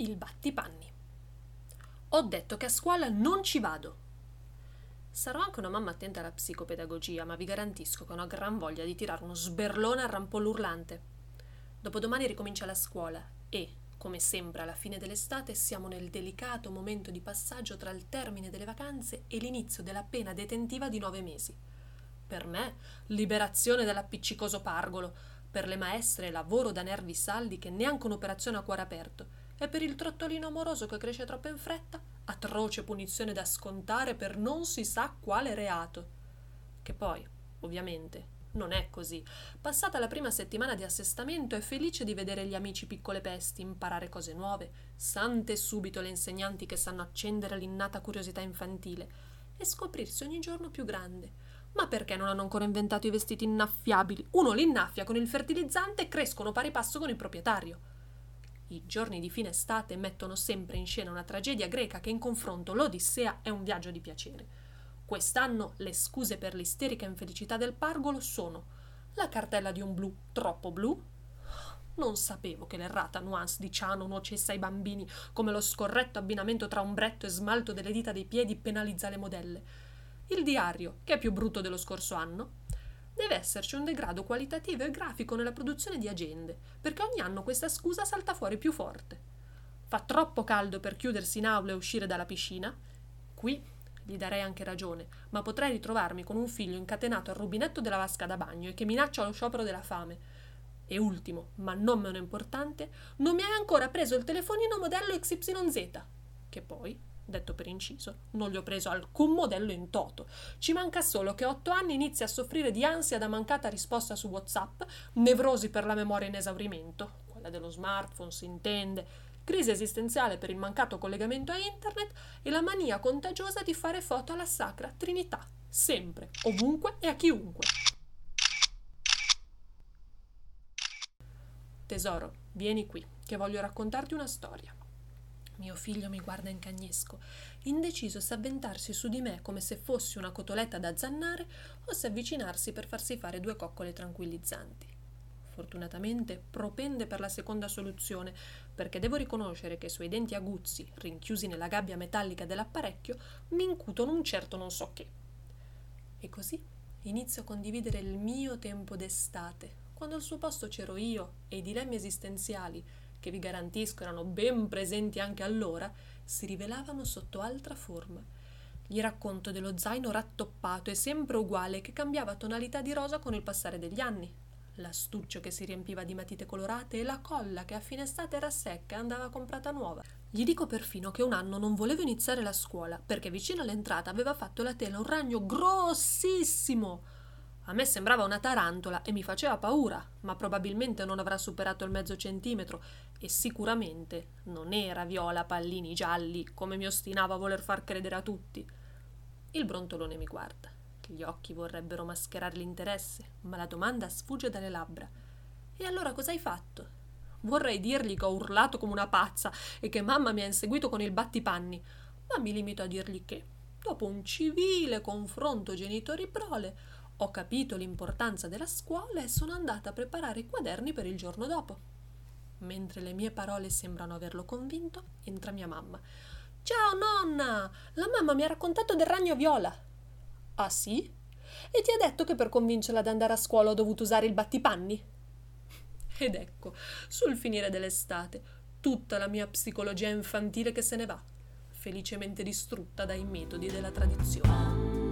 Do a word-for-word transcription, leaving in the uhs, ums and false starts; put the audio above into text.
il battipanni. Ho detto che a scuola non ci vado. Sarò anche una mamma attenta alla psicopedagogia, ma vi garantisco che ho una gran voglia di tirare uno sberlone al rampollo urlante. Dopodomani ricomincia la scuola e, come sempre alla fine dell'estate, siamo nel delicato momento di passaggio tra il termine delle vacanze e l'inizio della pena detentiva di nove mesi. Per me, liberazione dall'appiccicoso pargolo, per le maestre lavoro da nervi saldi che neanche un'operazione a cuore aperto, e per il trottolino amoroso che cresce troppo in fretta, atroce punizione da scontare per non si sa quale reato. Che poi, ovviamente, non è così. Passata la prima settimana di assestamento è felice di vedere gli amici piccole pesti, imparare cose nuove, sante subito le insegnanti che sanno accendere l'innata curiosità infantile e scoprirsi ogni giorno più grande. Ma perché non hanno ancora inventato i vestiti innaffiabili? Uno li innaffia con il fertilizzante e crescono pari passo con il proprietario. I giorni di fine estate mettono sempre in scena una tragedia greca che in confronto l'Odissea è un viaggio di piacere. Quest'anno le scuse per l'isterica infelicità del pargolo sono la cartella di un blu troppo blu, non sapevo che l'errata nuance di ciano nuocesse ai bambini come lo scorretto abbinamento tra ombretto e smalto delle dita dei piedi penalizza le modelle, il diario, che è più brutto dello scorso anno. Deve esserci un degrado qualitativo e grafico nella produzione di agende, perché ogni anno questa scusa salta fuori più forte. Fa troppo caldo per chiudersi in aula e uscire dalla piscina? Qui gli darei anche ragione, ma potrei ritrovarmi con un figlio incatenato al rubinetto della vasca da bagno e che minaccia lo sciopero della fame. E ultimo, ma non meno importante, non mi hai ancora preso il telefonino modello X Y Z, che poi, detto per inciso, non gli ho preso alcun modello in toto. Ci manca solo che a otto anni inizi a soffrire di ansia da mancata risposta su WhatsApp, nevrosi per la memoria in esaurimento, quella dello smartphone si intende, crisi esistenziale per il mancato collegamento a internet e la mania contagiosa di fare foto alla Sacra Trinità, sempre, ovunque e a chiunque. Tesoro, vieni qui, che voglio raccontarti una storia. Mio figlio mi guarda in cagnesco, indeciso se avventarsi su di me come se fossi una cotoletta da zannare o se avvicinarsi per farsi fare due coccole tranquillizzanti. Fortunatamente propende per la seconda soluzione, perché devo riconoscere che i suoi denti aguzzi, rinchiusi nella gabbia metallica dell'apparecchio, mi incutono un certo non so che. E così inizio a condividere il mio tempo d'estate, quando al suo posto c'ero io e i dilemmi esistenziali, che vi garantisco erano ben presenti anche allora, si rivelavano sotto altra forma. Gli racconto dello zaino rattoppato e sempre uguale che cambiava tonalità di rosa con il passare degli anni, l'astuccio che si riempiva di matite colorate e la colla che a fine estate era secca e andava comprata nuova. Gli dico perfino che un anno non volevo iniziare la scuola perché vicino all'entrata aveva fatto la tela un ragno grossissimo. A me sembrava una tarantola e mi faceva paura, ma probabilmente non avrà superato il mezzo centimetro e sicuramente non era viola a pallini gialli come mi ostinavo a voler far credere a tutti. Il brontolone mi guarda. Gli occhi vorrebbero mascherare l'interesse, ma la domanda sfugge dalle labbra. E allora cosa hai fatto? Vorrei dirgli che ho urlato come una pazza e che mamma mi ha inseguito con il battipanni, ma mi limito a dirgli che, dopo un civile confronto genitori-prole, ho capito l'importanza della scuola e sono andata a preparare i quaderni per il giorno dopo. Mentre le mie parole sembrano averlo convinto, entra mia mamma. «Ciao nonna! La mamma mi ha raccontato del ragno viola!» «Ah sì? E ti ha detto che per convincerla ad andare a scuola ho dovuto usare il battipanni?» Ed ecco, sul finire dell'estate, tutta la mia psicologia infantile che se ne va, felicemente distrutta dai metodi della tradizione.